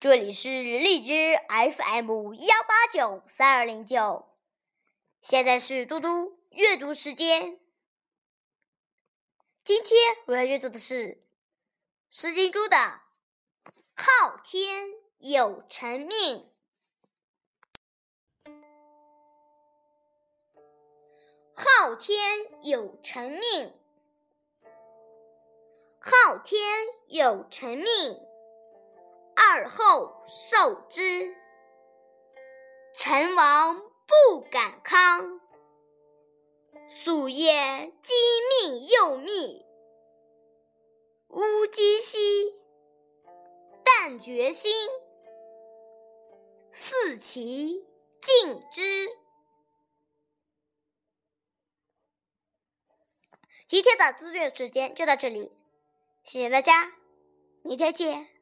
这里是荔枝 FM1893209，现在是嘟嘟阅读时间。今天我要阅读的是《诗经》中的“昊天有成命”。昊天有成命，昊天有成命，二后受之。成王不敢康，夙夜鸡鸣又密。乌鸡兮，但觉心，四其尽之。今天的读阅时间就到这里，谢谢大家，明天见。